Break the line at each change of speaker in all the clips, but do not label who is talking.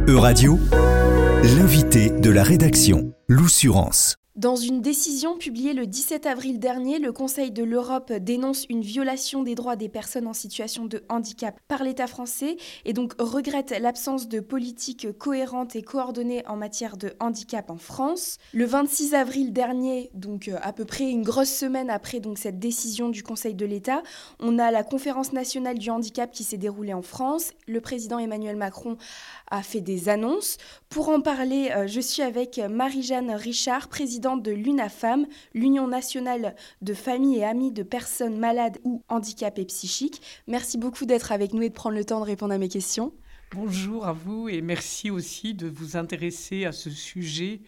Euradio, l'invité de la rédaction, l'Oussurance.
Dans une décision publiée le 17 avril dernier, le Conseil de l'Europe dénonce une violation des droits des personnes en situation de handicap par l'État français et donc regrette l'absence de politique cohérente et coordonnée en matière de handicap en France. Le 26 avril dernier, donc à peu près une grosse semaine après donc, cette décision du Conseil de l'État, on a la conférence nationale du handicap qui s'est déroulée en France. Le président Emmanuel Macron a fait des annonces. Pour en parler, je suis avec Marie-Jeanne Richard, présidente de l'UNAFAM, l'Union nationale de familles et amis de personnes malades ou handicapées psychiques. Merci beaucoup d'être avec nous et de prendre le temps de répondre à mes questions.
Bonjour à vous et merci aussi de vous intéresser à ce sujet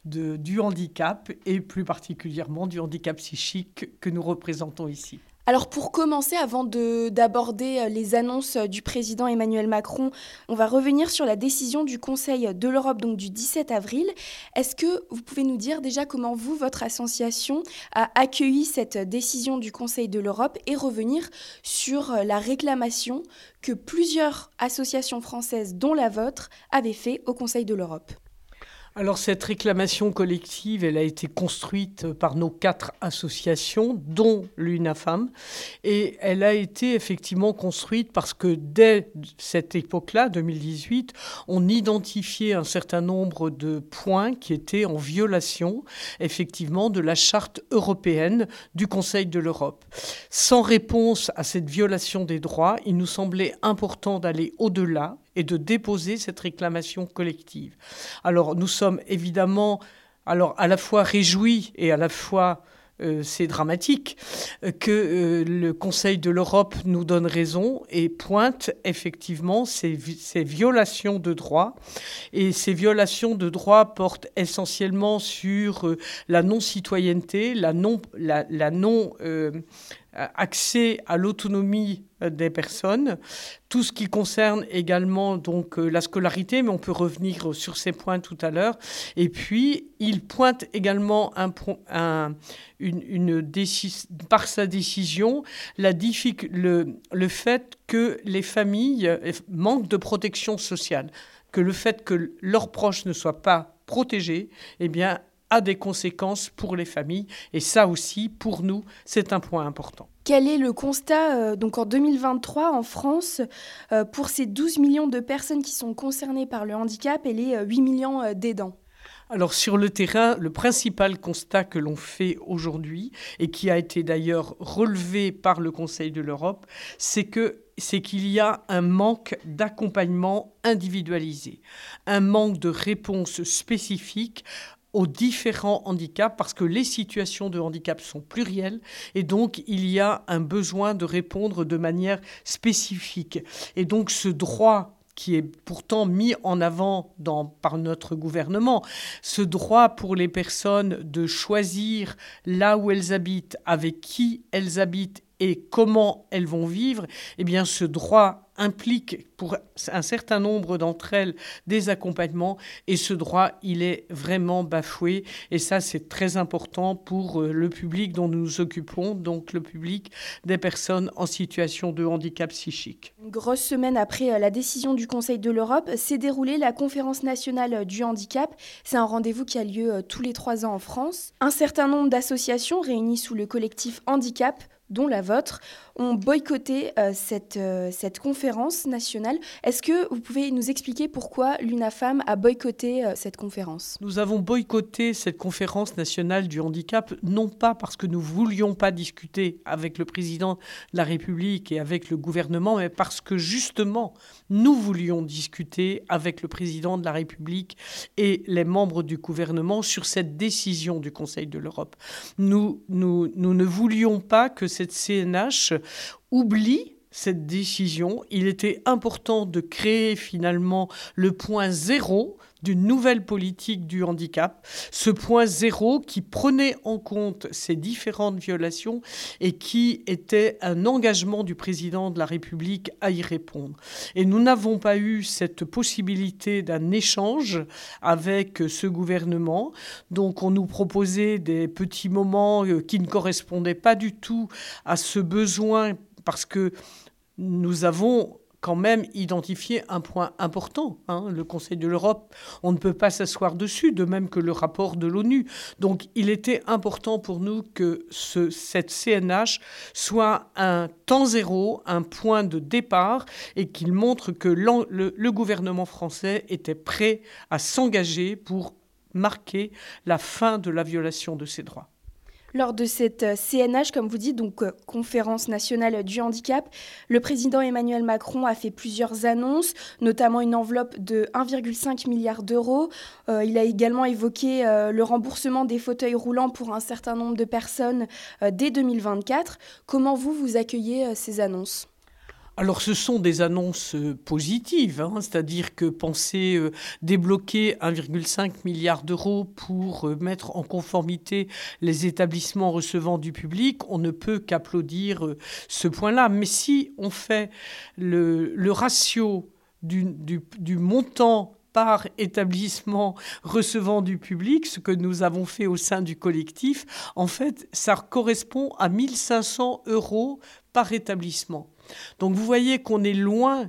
du handicap et plus particulièrement du handicap psychique que nous représentons ici.
Alors pour commencer, avant d'aborder les annonces du président Emmanuel Macron, on va revenir sur la décision du Conseil de l'Europe donc du 17 avril. Est-ce que vous pouvez nous dire déjà comment vous, votre association, a accueilli cette décision du Conseil de l'Europe et revenir sur la réclamation que plusieurs associations françaises, dont la vôtre, avaient fait au Conseil de l'Europe ?
Alors cette réclamation collective, elle a été construite par nos 4 associations, dont l'UNAFAM, et elle a été effectivement construite parce que dès cette époque-là, 2018, on identifiait un certain nombre de points qui étaient en violation, effectivement, de la Charte européenne du Conseil de l'Europe. Sans réponse à cette violation des droits, il nous semblait important d'aller au-delà et de déposer cette réclamation collective. Alors, nous sommes évidemment à la fois réjouis et à la fois c'est dramatique que le Conseil de l'Europe nous donne raison et pointe effectivement ces violations de droits. Et ces violations de droits portent essentiellement sur la non-citoyenneté, accès à l'autonomie des personnes, tout ce qui concerne également donc la scolarité, mais on peut revenir sur ces points tout à l'heure. Et puis, il pointe également par sa décision le fait que les familles manquent de protection sociale, que le fait que leurs proches ne soient pas protégés, eh bien, a des conséquences pour les familles. Et ça aussi, pour nous, c'est un point important.
Quel est le constat donc en 2023 en France pour ces 12 millions de personnes qui sont concernées par le handicap et les 8 millions d'aidants ?
Alors sur le terrain, le principal constat que l'on fait aujourd'hui et qui a été d'ailleurs relevé par le Conseil de l'Europe, c'est qu'il y a un manque d'accompagnement individualisé, un manque de réponses spécifiques aux différents handicaps, parce que les situations de handicap sont plurielles et donc il y a un besoin de répondre de manière spécifique. Et donc ce droit qui est pourtant mis en avant par notre gouvernement, ce droit pour les personnes de choisir là où elles habitent, avec qui elles habitent et comment elles vont vivre, eh bien ce droit implique pour un certain nombre d'entre elles des accompagnements et ce droit, il est vraiment bafoué et ça, c'est très important pour le public dont nous nous occupons, donc le public des personnes en situation de handicap psychique.
Une grosse semaine après la décision du Conseil de l'Europe, s'est déroulée la conférence nationale du handicap. C'est un rendez-vous qui a lieu tous les 3 ans en France. Un certain nombre d'associations réunies sous le collectif Handicap, dont la vôtre, ont boycotté cette conférence nationale. Est-ce que vous pouvez nous expliquer pourquoi l'UNAFAM a boycotté cette conférence ?
Nous avons boycotté cette conférence nationale du handicap, non pas parce que nous ne voulions pas discuter avec le président de la République et avec le gouvernement, mais parce que justement, nous voulions discuter avec le président de la République et les membres du gouvernement sur cette décision du Conseil de l'Europe. Nous ne voulions pas que cette CNH oublie cette décision. Il était important de créer finalement le point zéro d'une nouvelle politique du handicap, ce point zéro qui prenait en compte ces différentes violations et qui était un engagement du président de la République à y répondre. Et nous n'avons pas eu cette possibilité d'un échange avec ce gouvernement, donc on nous proposait des petits moments qui ne correspondaient pas du tout à ce besoin parce que nous avons quand même identifié un point important. Le Conseil de l'Europe, on ne peut pas s'asseoir dessus, de même que le rapport de l'ONU. Donc il était important pour nous que cette CNH soit un temps zéro, un point de départ, et qu'il montre que le gouvernement français était prêt à s'engager pour marquer la fin de la violation de ces droits.
Lors de cette CNH, comme vous dites, donc Conférence nationale du handicap, le président Emmanuel Macron a fait plusieurs annonces, notamment une enveloppe de 1,5 milliard d'euros. Il a également évoqué le remboursement des fauteuils roulants pour un certain nombre de personnes dès 2024. Comment vous accueillez ces annonces ?
Alors ce sont des annonces positives, c'est-à-dire que penser débloquer 1,5 milliard d'euros pour mettre en conformité les établissements recevant du public, on ne peut qu'applaudir ce point-là. Mais si on fait le ratio du montant par établissement recevant du public, ce que nous avons fait au sein du collectif, en fait, ça correspond à 1 500 € par établissement. Donc vous voyez qu'on est loin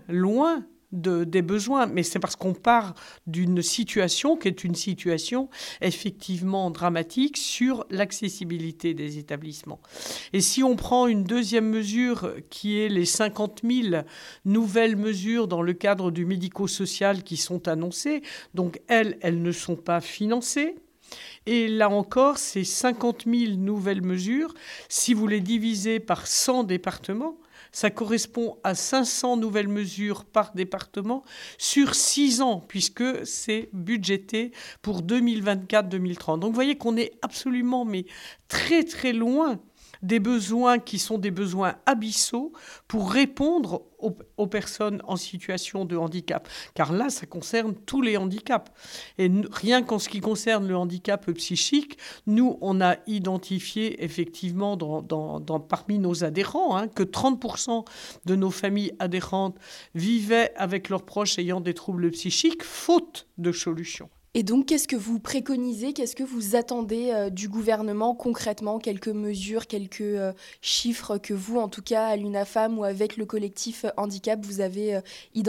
des besoins, mais c'est parce qu'on part d'une situation qui est une situation effectivement dramatique sur l'accessibilité des établissements. Et si on prend une deuxième mesure qui est les 50 000 nouvelles mesures dans le cadre du médico-social qui sont annoncées, donc elles ne sont pas financées. Et là encore, ces 50 000 nouvelles mesures, si vous les divisez par 100 départements, ça correspond à 500 nouvelles mesures par département sur 6 ans, puisque c'est budgété pour 2024-2030. Donc vous voyez qu'on est absolument, mais très très loin des besoins qui sont des besoins abyssaux pour répondre aux personnes en situation de handicap. Car là, ça concerne tous les handicaps. Et rien qu'en ce qui concerne le handicap psychique, nous, on a identifié effectivement parmi nos adhérents que 30% de nos familles adhérentes vivaient avec leurs proches ayant des troubles psychiques, faute de solution.
Et donc, qu'est-ce que vous préconisez, qu'est-ce que vous attendez du gouvernement concrètement, quelques mesures, quelques chiffres que vous, en tout cas, à l'UNAFAM ou avec le collectif handicap, vous avez identifiés ?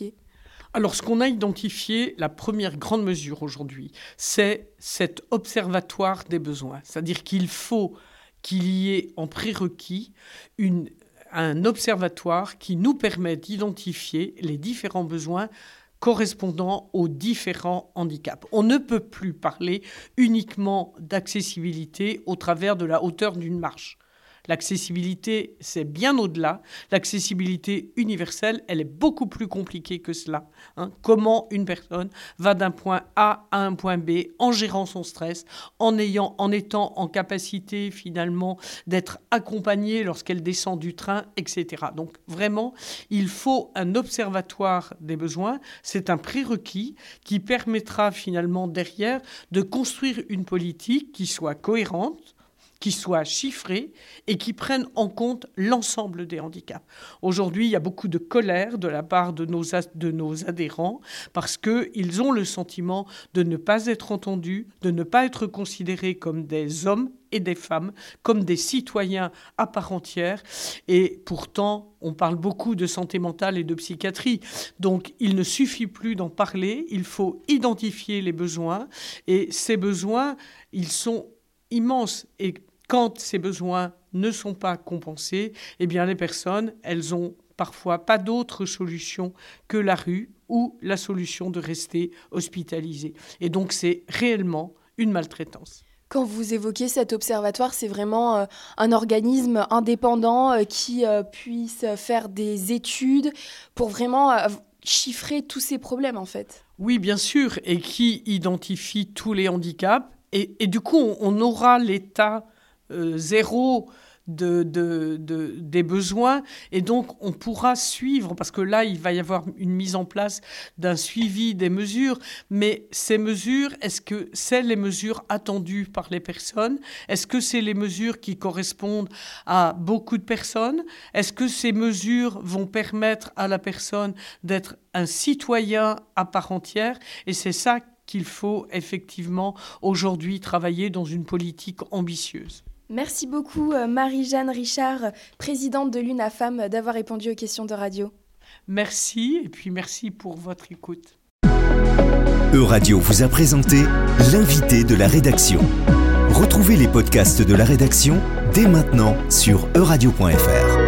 Alors, ce qu'on a identifié, la première grande mesure aujourd'hui, c'est cet observatoire des besoins. C'est-à-dire qu'il faut qu'il y ait en prérequis un observatoire qui nous permet d'identifier les différents besoins correspondant aux différents handicaps. On ne peut plus parler uniquement d'accessibilité au travers de la hauteur d'une marche. L'accessibilité, c'est bien au-delà. L'accessibilité universelle, elle est beaucoup plus compliquée que cela. Comment une personne va d'un point A à un point B en gérant son stress, en étant en capacité finalement d'être accompagnée lorsqu'elle descend du train, etc. Donc vraiment, il faut un observatoire des besoins. C'est un prérequis qui permettra finalement derrière de construire une politique qui soit cohérente, qui soient chiffrés et qui prennent en compte l'ensemble des handicaps. Aujourd'hui, il y a beaucoup de colère de la part de nos adhérents parce qu'ils ont le sentiment de ne pas être entendus, de ne pas être considérés comme des hommes et des femmes, comme des citoyens à part entière. Et pourtant, on parle beaucoup de santé mentale et de psychiatrie. Donc, il ne suffit plus d'en parler, il faut identifier les besoins. Et ces besoins, ils sont immenses. Et quand ces besoins ne sont pas compensés, eh bien les personnes, elles ont parfois pas d'autre solution que la rue ou la solution de rester hospitalisées. Et donc c'est réellement une maltraitance.
Quand vous évoquez cet observatoire, c'est vraiment un organisme indépendant qui puisse faire des études pour vraiment chiffrer tous ces problèmes en fait.
Oui, bien sûr, et qui identifie tous les handicaps. Et du coup, on aura l'état zéro des besoins et donc on pourra suivre, parce que là, il va y avoir une mise en place d'un suivi des mesures, mais ces mesures, est-ce que c'est les mesures attendues par les personnes ? Est-ce que c'est les mesures qui correspondent à beaucoup de personnes ? Est-ce que ces mesures vont permettre à la personne d'être un citoyen à part entière ? Et c'est ça qu'il faut effectivement aujourd'hui travailler dans une politique ambitieuse.
Merci beaucoup Marie-Jeanne Richard, présidente de l'UNAFAM, d'avoir répondu aux questions de radio.
Merci, et puis merci pour votre écoute.
Euradio vous a présenté l'invité de la rédaction. Retrouvez les podcasts de la rédaction dès maintenant sur euradio.fr.